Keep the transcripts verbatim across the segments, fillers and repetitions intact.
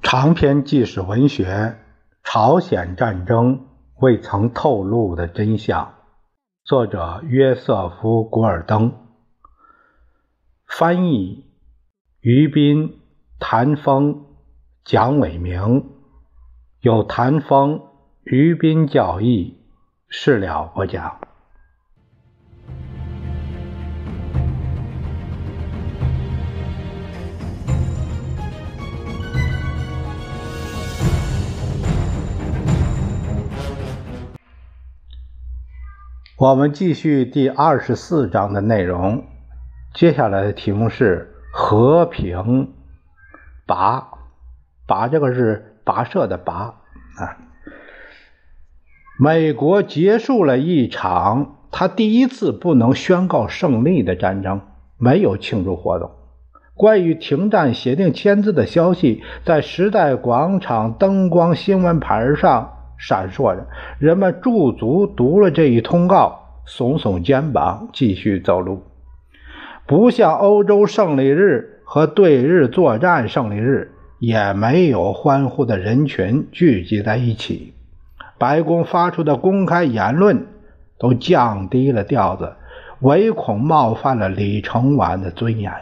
长篇纪实文学《朝鲜战争未曾透露的真相》，作者约瑟夫·古尔登，翻译于斌、谭峰、蒋伟明，由谭峰、于斌教译，事了播讲。我们继续第二十四章的内容，接下来的题目是和平跋，跋这个是跋涉的跋啊。美国结束了一场他第一次不能宣告胜利的战争，没有庆祝活动。关于停战协定签字的消息在时代广场灯光新闻牌上闪烁着，人们驻足读了这一通告，耸耸肩膀继续走路。不像欧洲胜利日和对日作战胜利日，也没有欢呼的人群聚集在一起。白宫发出的公开言论都降低了调子，唯恐冒犯了李承晚的尊严。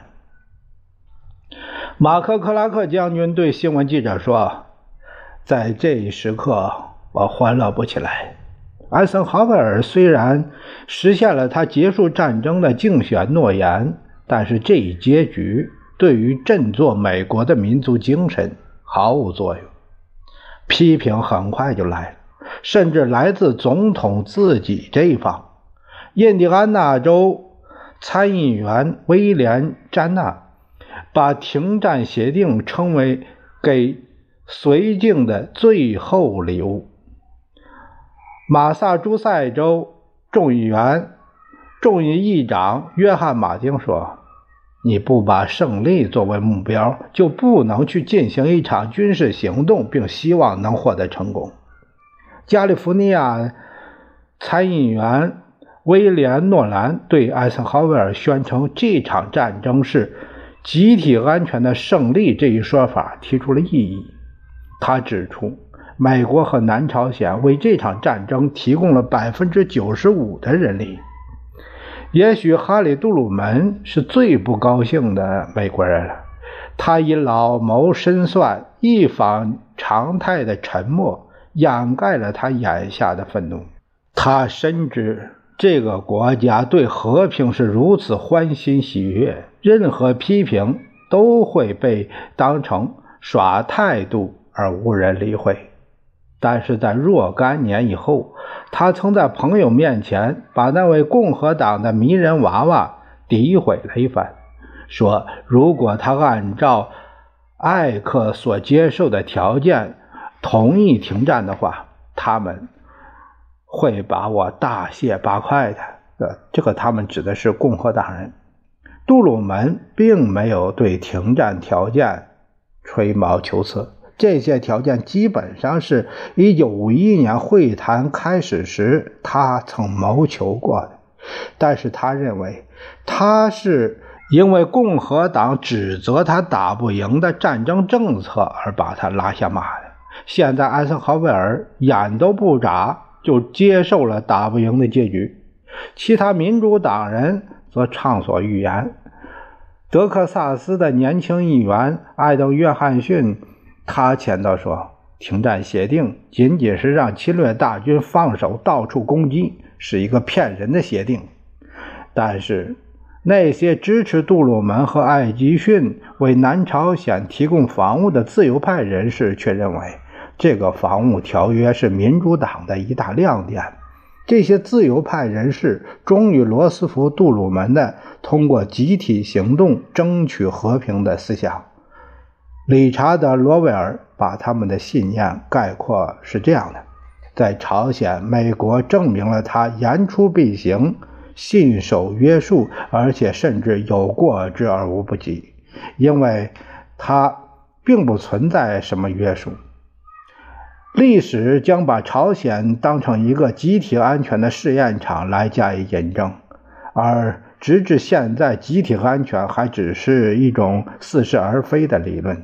马克·克拉克将军对新闻记者说，在这一时刻我欢乐不起来。艾森豪威尔虽然实现了他结束战争的竞选诺言，但是这一结局对于振作美国的民族精神毫无作用。批评很快就来了，甚至来自总统自己这一方。印第安纳州参议员威廉·詹纳把停战协定称为给绥靖的最后礼物。马萨诸塞州众议员众议议长约翰·马丁说，你不把胜利作为目标，就不能去进行一场军事行动并希望能获得成功。加利福尼亚参议员威廉·诺兰对艾森豪威尔宣称这场战争是集体安全的胜利这一说法提出了异议。他指出，美国和南朝鲜为这场战争提供了 百分之九十五 的人力。也许哈里·杜鲁门是最不高兴的美国人了，他以老谋深算、一反常态的沉默掩盖了他眼下的愤怒。他深知这个国家对和平是如此欢欣喜悦，任何批评都会被当成耍态度而无人理会。但是在若干年以后，他曾在朋友面前把那位共和党的迷人娃娃诋毁了一番，说如果他按照艾克所接受的条件同意停战的话，他们会把我大卸八块的。呃，这个他们指的是共和党人。杜鲁门并没有对停战条件吹毛求疵，这些条件基本上是一九五一年会谈开始时他曾谋求过的，但是他认为他是因为共和党指责他打不赢的战争政策而把他拉下马的。现在艾森豪威尔眼都不眨就接受了打不赢的结局，其他民主党人则畅所欲言。德克萨斯的年轻议员艾登·约翰逊他签到说，停战协定仅仅是让侵略大军放手到处攻击，是一个骗人的协定。但是那些支持杜鲁门和艾吉逊为南朝鲜提供房屋的自由派人士却认为，这个房屋条约是民主党的一大亮点。这些自由派人士忠于罗斯福、杜鲁门的通过集体行动争取和平的思想。理查德·罗威尔把他们的信念概括是这样的，在朝鲜，美国证明了他言出必行，信守约束，而且甚至有过之而无不及，因为他并不存在什么约束。历史将把朝鲜当成一个集体安全的试验场来加以印证，而直至现在，集体安全还只是一种似是而非的理论。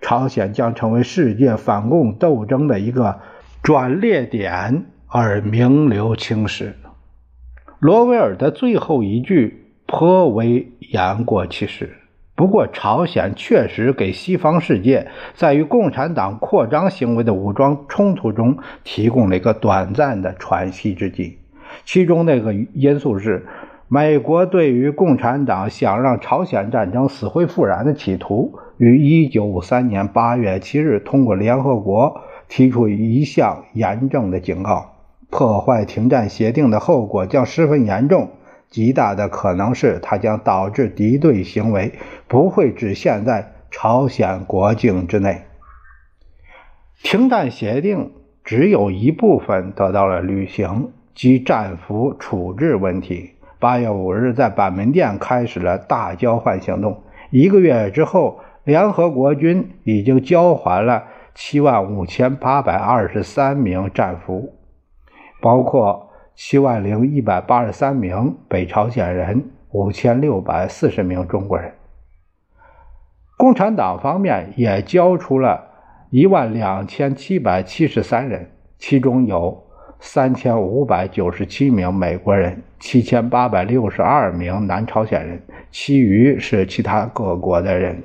朝鲜将成为世界反共斗争的一个转捩点而名留青史。罗威尔的最后一句颇为言过其实。不过朝鲜确实给西方世界在与共产党扩张行为的武装冲突中提供了一个短暂的喘息之机。其中那个因素是美国对于共产党想让朝鲜战争死灰复燃的企图，于一九五三年八月七日通过联合国提出一项严正的警告：破坏停战协定的后果将十分严重，极大的可能是它将导致敌对行为不会只限在朝鲜国境之内。停战协定只有一部分得到了履行，即战俘处置问题。八月五日在板门店开始了大交换行动，一个月之后，联合国军已经交还了七万五千八百二十三名战俘，包括七万零一百八十三名北朝鲜人，五千六百四十名中国人。共产党方面也交出了一万两千七百七十三人，其中有三千五百九十七名美国人，七千八百六十二名南朝鲜人，其余是其他各国的人。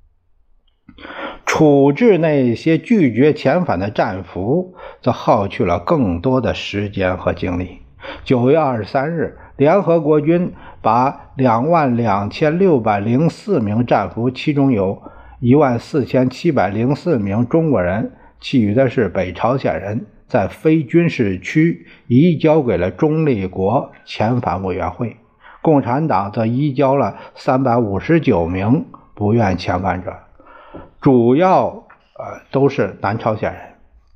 处置那些拒绝遣返的战俘则耗去了更多的时间和精力。九月二十三日，联合国军把两万两千六百零四名战俘，其中有一万四千七百零四名中国人，其余的是北朝鲜人，在非军事区移交给了中立国遣返委员会。共产党则移交了三百五十九名不愿遣返者，主要呃都是南朝鲜人。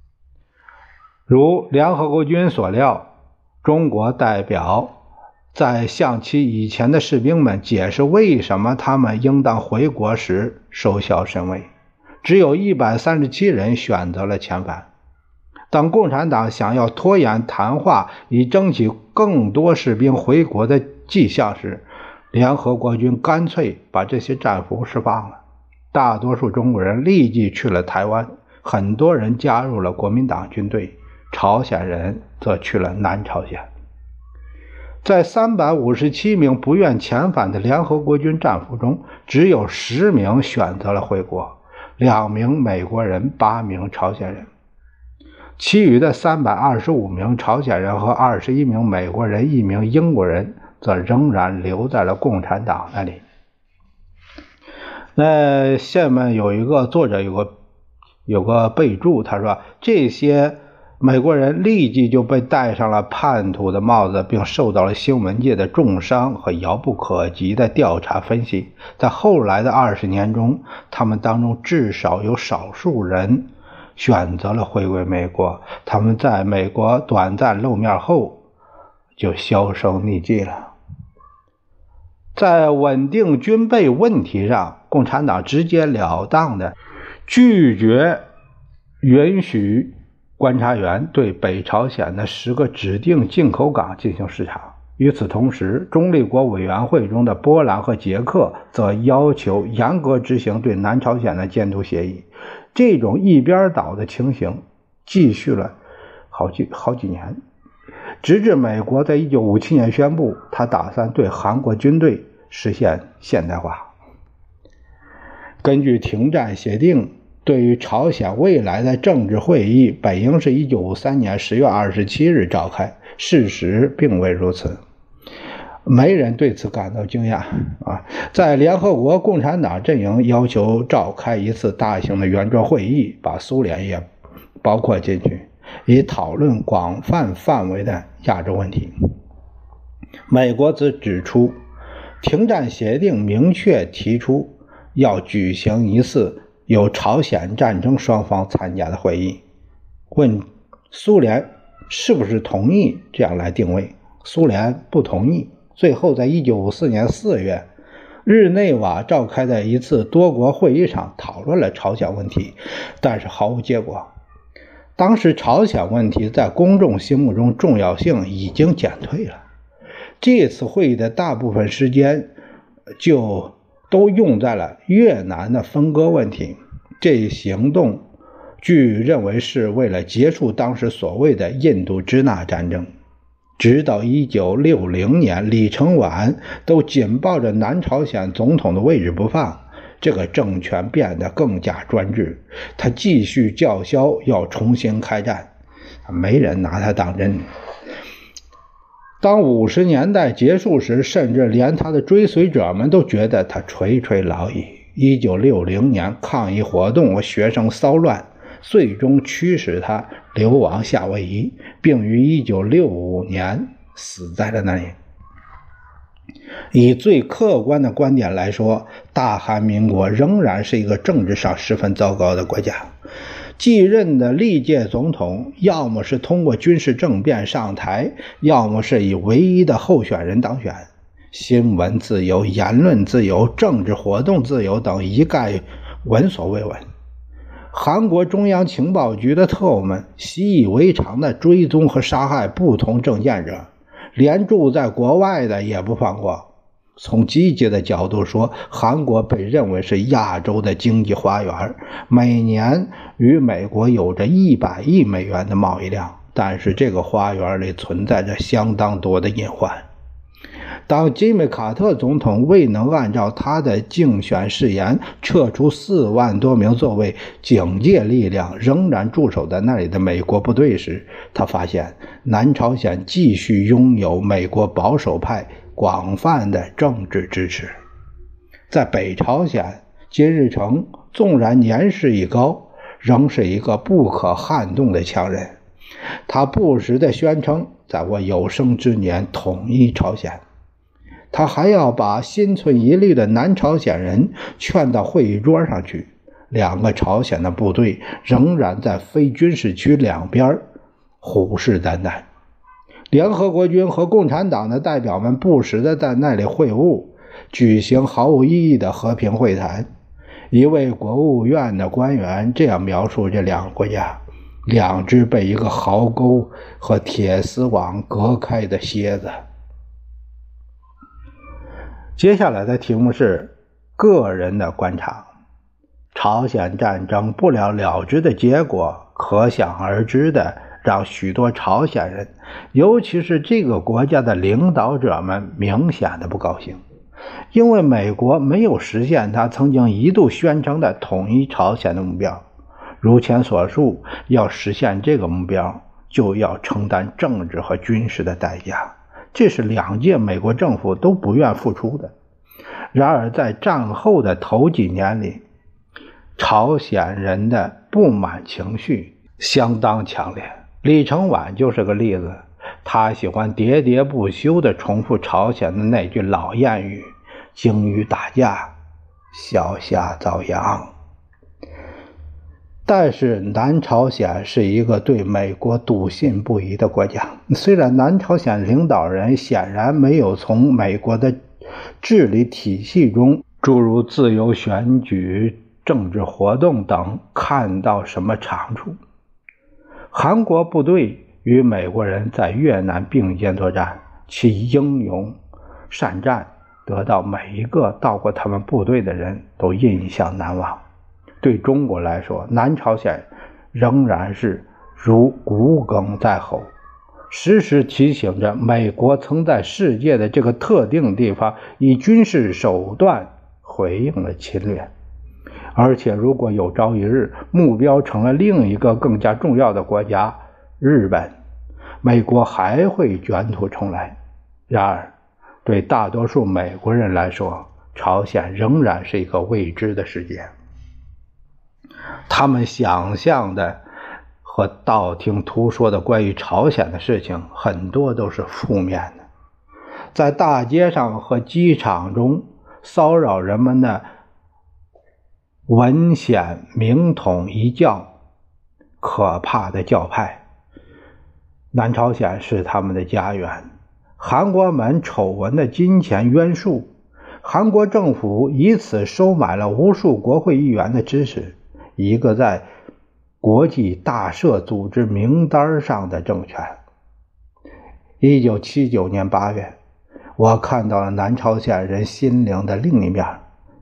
如联合国军所料，中国代表在向其以前的士兵们解释为什么他们应当回国时收效甚微，只有一百三十七人选择了遣返。当共产党想要拖延谈话以争取更多士兵回国的迹象时，联合国军干脆把这些战俘释放了。大多数中国人立即去了台湾，很多人加入了国民党军队，朝鲜人则去了南朝鲜。在三百五十七名不愿遣返的联合国军战俘中，只有十名选择了回国，两名美国人，八名朝鲜人。其余的三百二十五名朝鲜人和二十一名美国人，一名英国人则仍然留在了共产党那里。那下面有一个作者有个有个备注，他说这些美国人立即就被戴上了叛徒的帽子，并受到了新闻界的重伤和遥不可及的调查分析。在后来的二十年中，他们当中至少有少数人选择了回归美国，他们在美国短暂露面后就销声匿迹了。在稳定军备问题上，共产党直截了当的拒绝允许观察员对北朝鲜的十个指定进口港进行视察。与此同时，中立国委员会中的波兰和捷克则要求严格执行对南朝鲜的监督协议。这种一边倒的情形继续了好几好几年，直至美国在一九五七年宣布他打算对韩国军队实现现代化。根据停战协定，对于朝鲜未来的政治会议本应是一九五三年十月二十七日召开，事实并未如此。没人对此感到惊讶啊！在联合国共产党阵营要求召开一次大型的圆桌会议，把苏联也包括进去，以讨论广泛范围的亚洲问题。美国则指出，停战协定明确提出要举行一次由朝鲜战争双方参加的会议，问苏联是不是同意这样来定位。苏联不同意。最后在一九五四年四月，日内瓦召开的一次多国会议上讨论了朝鲜问题，但是毫无结果。当时朝鲜问题在公众心目中重要性已经减退了。这次会议的大部分时间就都用在了越南的分割问题。 这一行动据认为是为了结束当时所谓的印度支那战争。直到一九六零年，李承晚都紧抱着南朝鲜总统的位置不放，这个政权变得更加专制，他继续叫嚣要重新开战，没人拿他当真。当五十年代结束时，甚至连他的追随者们都觉得他垂垂老矣。一九六零年抗议活动和学生骚乱最终驱使他流亡夏威夷，并于一九六五年死在了那里。以最客观的观点来说，大韩民国仍然是一个政治上十分糟糕的国家。继任的历届总统要么是通过军事政变上台，要么是以唯一的候选人当选。新闻自由、言论自由、政治活动自由等一概闻所未闻。韩国中央情报局的特务们习以为常地追踪和杀害不同政见者，连住在国外的也不放过。从积极的角度说，韩国被认为是亚洲的经济花园，每年与美国有着一百亿美元的贸易量，但是这个花园里存在着相当多的隐患。当吉米·卡特总统未能按照他的竞选誓言撤出四万多名作为警戒力量仍然驻守在那里的美国部队时，他发现南朝鲜继续拥有美国保守派广泛的政治支持。在北朝鲜，金日成纵然年事已高，仍是一个不可撼动的强人。他不时地宣称在我有生之年统一朝鲜。他还要把心存疑虑的南朝鲜人劝到会议桌上去。两个朝鲜的部队仍然在非军事区两边虎视眈眈。联合国军和共产党的代表们不时地在那里会晤，举行毫无意义的和平会谈。一位国务院的官员这样描述这两个国家：两只被一个壕沟和铁丝网隔开的蝎子。接下来的题目是个人的观察。朝鲜战争不了了之的结果，可想而知的让许多朝鲜人，尤其是这个国家的领导者们明显的不高兴，因为美国没有实现他曾经一度宣称的统一朝鲜的目标。如前所述，要实现这个目标，就要承担政治和军事的代价，这是两届美国政府都不愿付出的。然而在战后的头几年里，朝鲜人的不满情绪相当强烈。李承晚就是个例子，他喜欢喋喋不休地重复朝鲜的那句老谚语：鲸鱼打架，小虾遭殃。但是南朝鲜是一个对美国笃信不疑的国家，虽然南朝鲜领导人显然没有从美国的治理体系中诸如自由选举、政治活动等看到什么长处。韩国部队与美国人在越南并肩作战，其英勇善战得到每一个到过他们部队的人都印象难忘。对中国来说，南朝鲜仍然是如骨鲠在喉，时时提醒着美国曾在世界的这个特定地方以军事手段回应了侵略。而且如果有朝一日目标成了另一个更加重要的国家日本，美国还会卷土重来。然而对大多数美国人来说，朝鲜仍然是一个未知的世界。他们想象的和道听途说的关于朝鲜的事情很多都是负面的。在大街上和机场中骚扰人们的文显明统一教，可怕的教派。南朝鲜是他们的家园。韩国门丑闻的金钱渊数，韩国政府以此收买了无数国会议员的支持，一个在国际大赦组织名单上的政权。一九七九年八月，我看到了南朝鲜人心灵的另一面。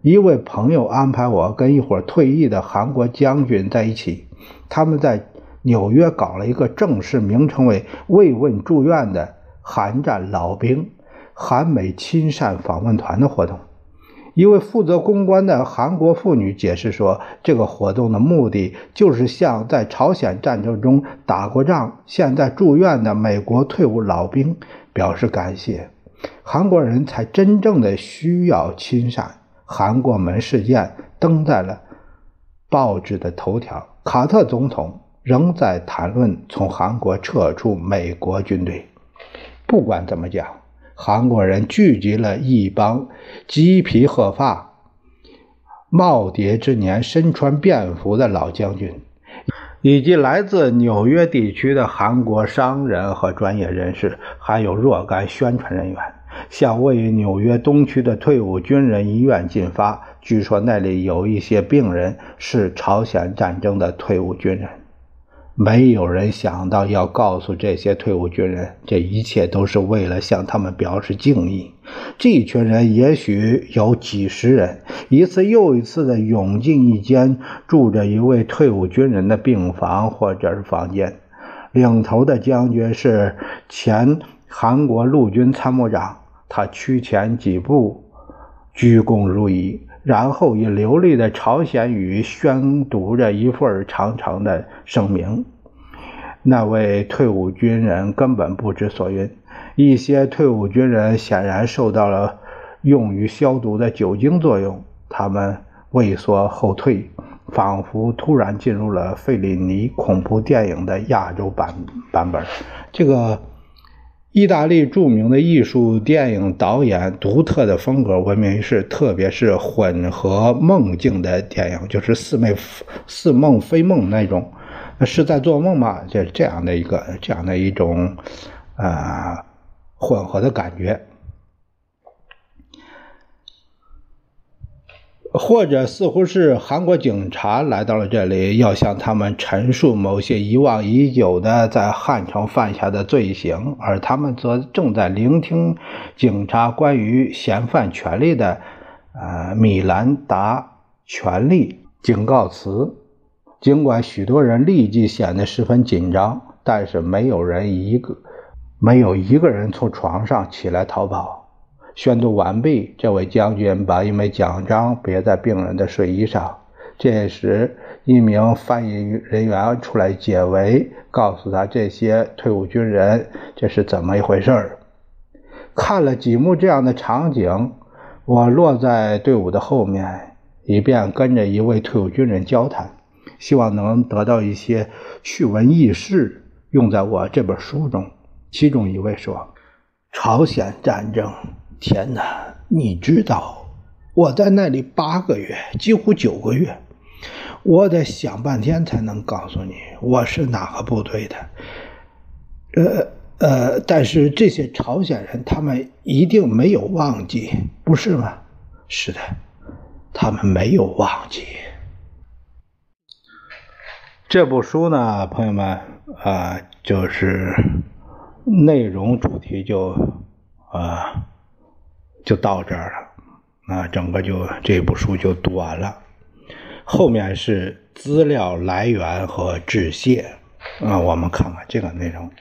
一位朋友安排我跟一伙退役的韩国将军在一起，他们在纽约搞了一个正式名称为慰问住院的韩战老兵韩美亲善访问团的活动。一位负责公关的韩国妇女解释说，这个活动的目的就是向在朝鲜战争中打过仗现在住院的美国退伍老兵表示感谢。韩国人才真正的需要亲善。韩国门事件登在了报纸的头条，卡特总统仍在谈论从韩国撤出美国军队。不管怎么讲，韩国人聚集了一帮鸡皮鹤发、耄耋之年、身穿便服的老将军，以及来自纽约地区的韩国商人和专业人士，还有若干宣传人员，向位于纽约东区的退伍军人医院进发。据说那里有一些病人是朝鲜战争的退伍军人。没有人想到要告诉这些退伍军人，这一切都是为了向他们表示敬意。这一群人也许有几十人，一次又一次地涌进一间住着一位退伍军人的病房或者是房间。领头的将军是前韩国陆军参谋长，他趋前几步，鞠躬如仪，然后以流利的朝鲜语宣读着一份长长的声明。那位退伍军人根本不知所云，一些退伍军人显然受到了用于消毒的酒精作用，他们畏缩后退，仿佛突然进入了费里尼恐怖电影的亚洲版版本。这个意大利著名的艺术电影导演独特的风格闻名于世，特别是混合梦境的电影，就是似梦似梦非梦那种，是在做梦吗？就是这样的一个这样的一种呃混合的感觉。或者似乎是韩国警察来到了这里，要向他们陈述某些遗忘已久的在汉城犯下的罪行，而他们则正在聆听警察关于嫌犯权利的呃米兰达权利警告词。尽管许多人立即显得十分紧张，但是没有人一个没有一个人从床上起来逃跑。宣读完毕，这位将军把一枚奖章别在病人的睡衣上。这时一名翻译人员出来解围，告诉他这些退伍军人这是怎么一回事。看了几幕这样的场景，我落在队伍的后面，以便跟着一位退伍军人交谈，希望能得到一些趣闻轶事用在我这本书中。其中一位说，朝鲜战争，天哪，你知道我在那里八个月，几乎九个月，我得想半天才能告诉你我是哪个部队的。呃呃，但是这些朝鲜人他们一定没有忘记，不是吗？是的，他们没有忘记。这部书呢，朋友们啊、呃，就是内容主题就啊。呃就到这儿了啊，整个就这部书就读完了。后面是资料来源和致谢啊，我们看看这个内容。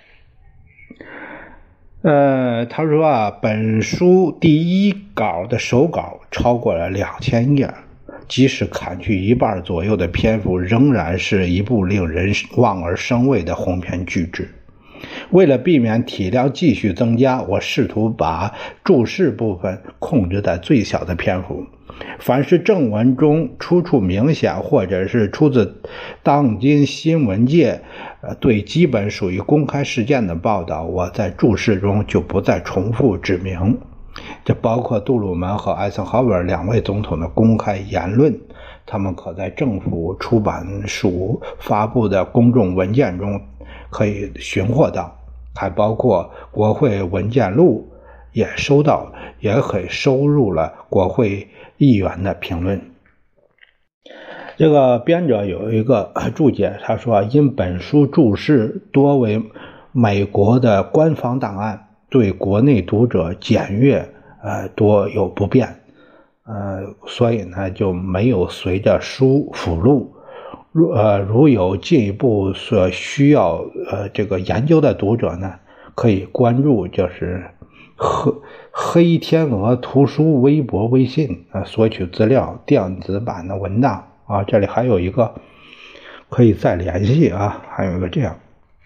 呃，他说啊，本书第一稿的手稿超过了两千页，即使砍去一半左右的篇幅，仍然是一部令人望而生畏的鸿篇巨制。为了避免体量继续增加，我试图把注释部分控制在最小的篇幅。凡是正文中出处明显或者是出自当今新闻界呃对基本属于公开事件的报道，我在注释中就不再重复指明。这包括杜鲁门和艾森豪威尔两位总统的公开言论，他们可在政府出版署发布的公众文件中可以寻获到，还包括国会文件录也收到，也可以收入了国会议员的评论。这个编者有一个注解，他说，因本书注释多为美国的官方档案，对国内读者检阅呃多有不便， 呃，所以呢就没有随着书附录。如呃如有进一步所需要呃这个研究的读者呢，可以关注就是黑黑天鹅图书微博微信啊、呃、索取资料电子版的文档啊，这里还有一个可以再联系啊，还有一个这样。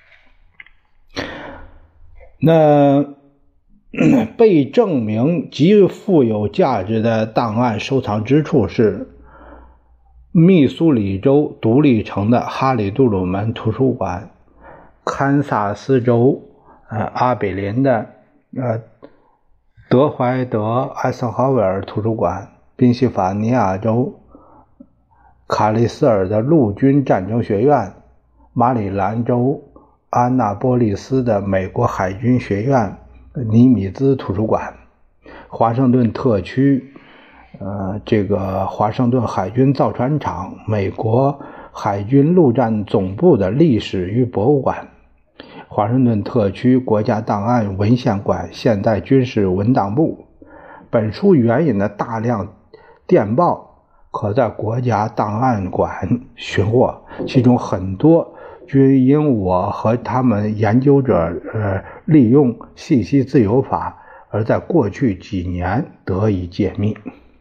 那被证明极富有价值的档案收藏之处是密苏里州独立城的哈里杜鲁门图书馆，堪萨斯州呃阿比林的呃德怀德艾森豪威尔图书馆，宾夕法尼亚州卡利斯尔的陆军战争学院，马里兰州安纳波利斯的美国海军学院尼米兹图书馆，华盛顿特区呃，这个华盛顿海军造船厂美国海军陆战总部的历史与博物馆，华盛顿特区国家档案文献馆现代军事文档部。本书援引的大量电报可在国家档案馆寻获，其中很多均因我和他们研究者呃利用信息自由法而在过去几年得以解密。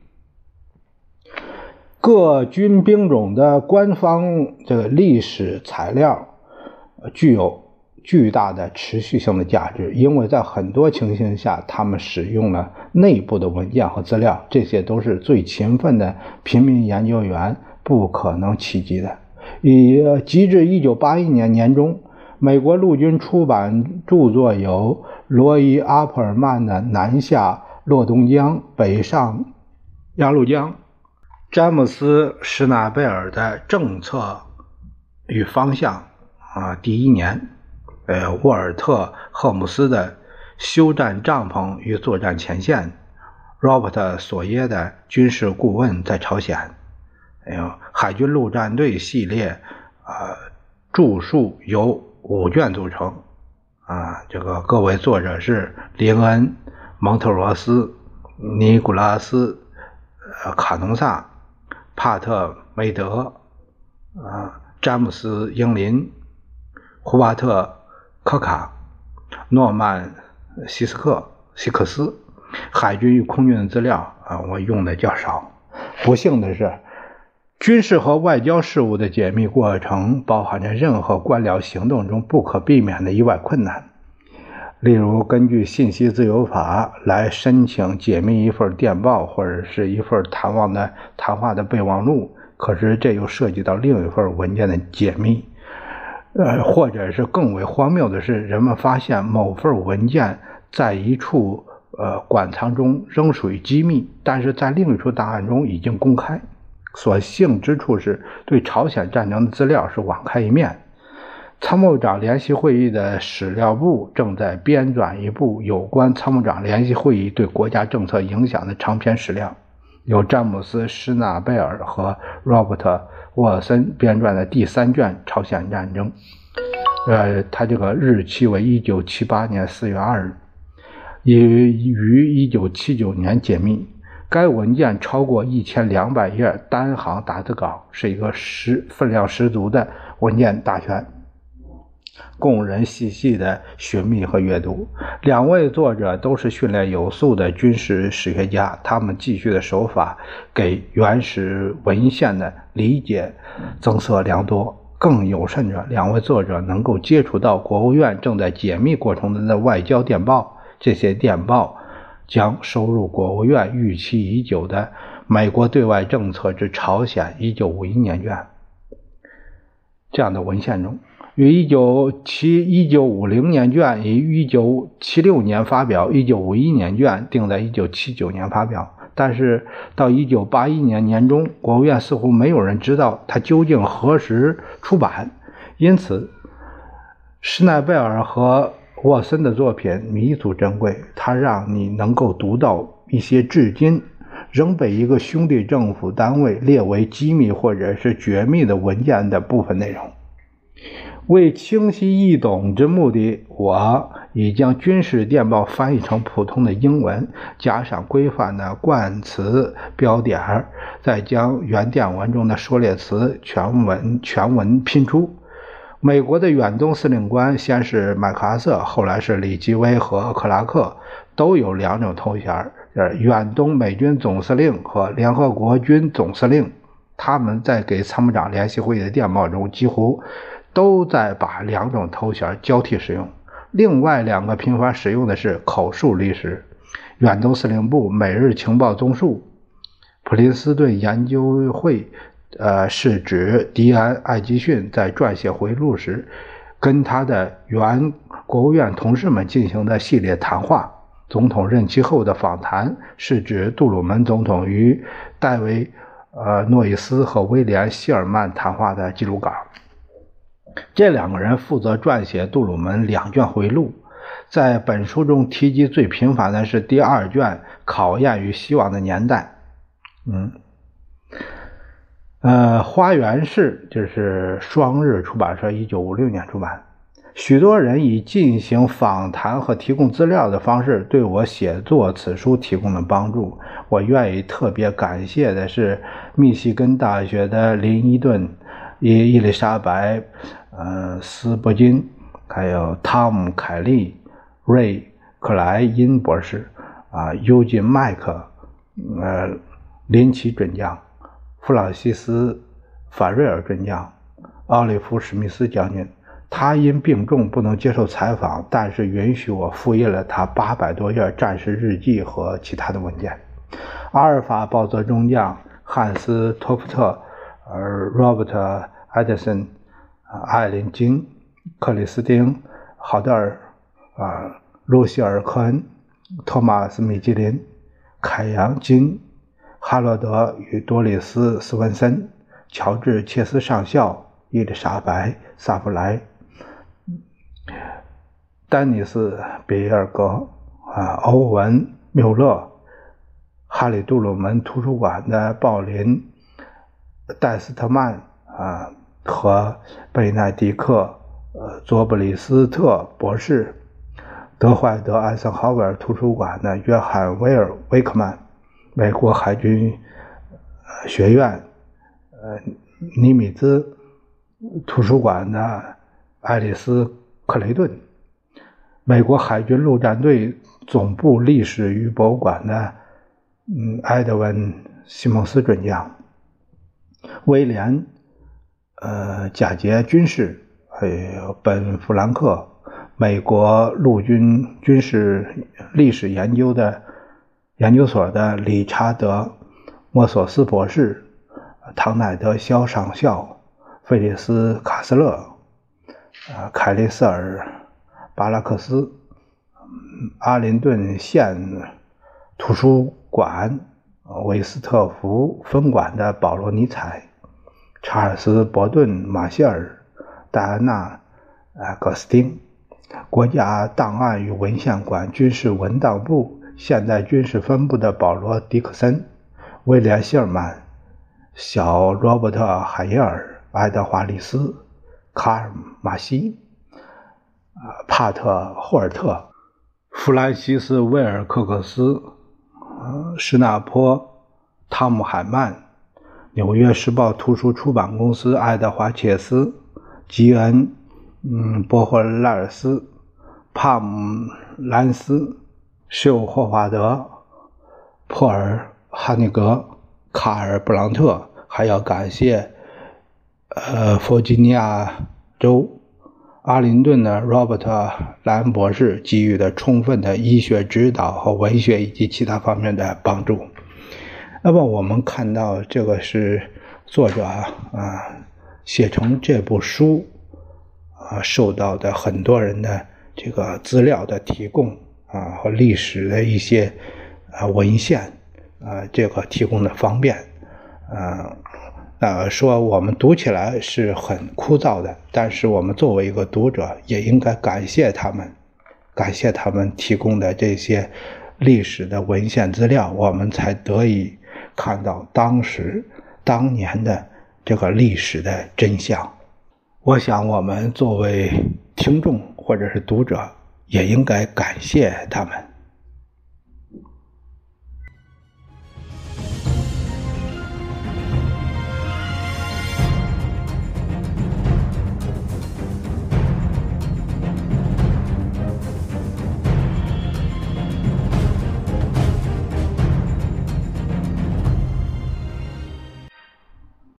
各军兵种的官方这个历史材料具有巨大的持续性的价值，因为在很多情形下他们使用了内部的文件和资料，这些都是最勤奋的平民研究员不可能企及的。以及至一九八一年年中，美国陆军出版著作有罗伊·阿普尔曼的《南下洛东江，北上鸭绿江》，詹姆斯·施纳贝尔的《政策与方向》啊，第一年，呃，沃尔特·赫姆斯的《休战帐篷与作战前线》，罗伯特·索耶的《军事顾问在朝鲜》，还有海军陆战队系列啊，著述由五卷组成啊，这个各位作者是林恩·蒙特罗斯、尼古拉斯·卡农萨、帕特梅德、啊詹姆斯·英林、胡巴特·科卡、诺曼·希斯克希克斯。海军与空军的资料啊，我用的较少。不幸的是，军事和外交事务的解密过程包含着任何官僚行动中不可避免的意外困难。例如，根据信息自由法来申请解密一份电报或者是一份谈话的谈话的备忘录，可是这又涉及到另一份文件的解密。呃，或者是更为荒谬的是，人们发现某份文件在一处呃馆藏中仍属于机密，但是在另一处档案中已经公开。所幸之处是，对朝鲜战争的资料是网开一面。参谋长联席会议的史料部正在编纂一部有关参谋长联席会议对国家政策影响的长篇史料，由詹姆斯·施纳贝尔和罗伯特·沃尔森编撰的第三卷《朝鲜战争》。呃，他这个日期为一九七八年四月二日，已于一九七九年解密。该文件超过一千两百页单行打字稿，是一个十分量十足的文件大全，供人细细的寻觅和阅读。两位作者都是训练有素的军事史学家，他们继续的手法给原始文献的理解增色良多。更有甚者，两位作者能够接触到国务院正在解密过程中的外交电报，这些电报将收入国务院预期已久的《美国对外政策之朝鲜》一九五一年卷这样的文献中。于一九五零年卷于一九七六年发表，一九五一年卷定在一九七九年发表。但是到一九八一年年中，国务院似乎没有人知道它究竟何时出版，因此施耐贝尔和沃森的作品弥足珍贵，它让你能够读到一些至今仍被一个兄弟政府单位列为机密或者是绝密的文件的部分内容。为清晰易懂之目的，我已将军事电报翻译成普通的英文，加上规范的冠词标点，再将原电文中的缩略词全文全文拼出。美国的远东司令官先是麦克阿瑟，后来是李奇微和克拉克，都有两种头衔，远东美军总司令和联合国军总司令。他们在给参谋长联席会议的电报中几乎都在把两种头衔交替使用。另外两个频繁使用的是口述历史，远东司令部每日情报综述，普林斯顿研究会呃，是指迪安·艾吉逊在撰写回忆录时跟他的原国务院同事们进行的系列谈话。总统任期后的访谈是指杜鲁门总统与戴维呃诺伊斯和威廉·希尔曼谈话的记录稿。这两个人负责撰写杜鲁门两卷回忆录，在本书中提及最频繁的是第二卷考验与希望的年代。嗯，呃，花园市就是双日出版社一九五六年出版。许多人以进行访谈和提供资料的方式对我写作此书提供了帮助。我愿意特别感谢的是密西根大学的林伊顿、伊伊丽莎白、呃斯伯金，还有汤姆·凯利、瑞克莱因博士、啊尤金·麦克、呃林奇准将、弗朗西斯·法瑞尔准将、奥利弗·史密斯将军。他因病重不能接受采访，但是允许我复印了他八百多页战士日记和其他的文件。阿尔法豹泽中将汉斯·托夫特、呃 Robert 艾德森、艾琳金、克里斯汀、豪德尔、啊露西尔·科恩、托马斯·米基林、凯扬·金、哈罗德与多里斯·斯文森、乔治·切斯上校、伊丽莎白·萨弗莱、丹尼斯·比尔格、啊欧文·缪勒、哈里杜鲁门图书馆的鲍林·戴斯特曼啊和贝奈迪克呃佐布里斯特博士，德怀德·艾森豪威尔图书馆的约翰·威尔·威克曼，美国海军学院呃尼米兹图书馆的爱丽丝·克雷顿，美国海军陆战队总部历史与博物馆的嗯埃德温·西蒙斯准将，威廉呃贾杰军士，还有本·弗兰克，美国陆军军事历史研究的研究所的理查德·莫索斯博士，唐乃德·肖上校，费利斯·卡斯勒、呃、凯利瑟尔·巴拉克斯，阿林顿县图书馆韦斯特福分馆的保罗·尼采，查尔斯·伯顿·马歇尔，戴安娜·戈斯汀，国家档案与文献馆军事文档部现代军事分部的保罗·迪克森，威廉·希尔曼，小罗伯特·海耶尔，爱德华·里斯，卡尔·马西，帕特·霍尔特，弗兰西斯·威尔·克克斯，施纳坡、汤姆·海曼，纽约时报图书出版公司爱德华·切斯，吉恩、嗯、波霍拉尔斯，帕姆·兰斯，休·霍华德，珀尔·哈尼格，卡尔·布朗特。还要感谢呃弗吉尼亚州阿灵顿的 Robert 兰博士给予的充分的医学指导和文学以及其他方面的帮助。那么我们看到这个是作者啊写成这部书啊受到的很多人的这个资料的提供啊和历史的一些啊文献啊这个提供的方便啊呃，说我们读起来是很枯燥的，但是我们作为一个读者也应该感谢他们，感谢他们提供的这些历史的文献资料，我们才得以看到当时当年的这个历史的真相。我想我们作为听众或者是读者也应该感谢他们。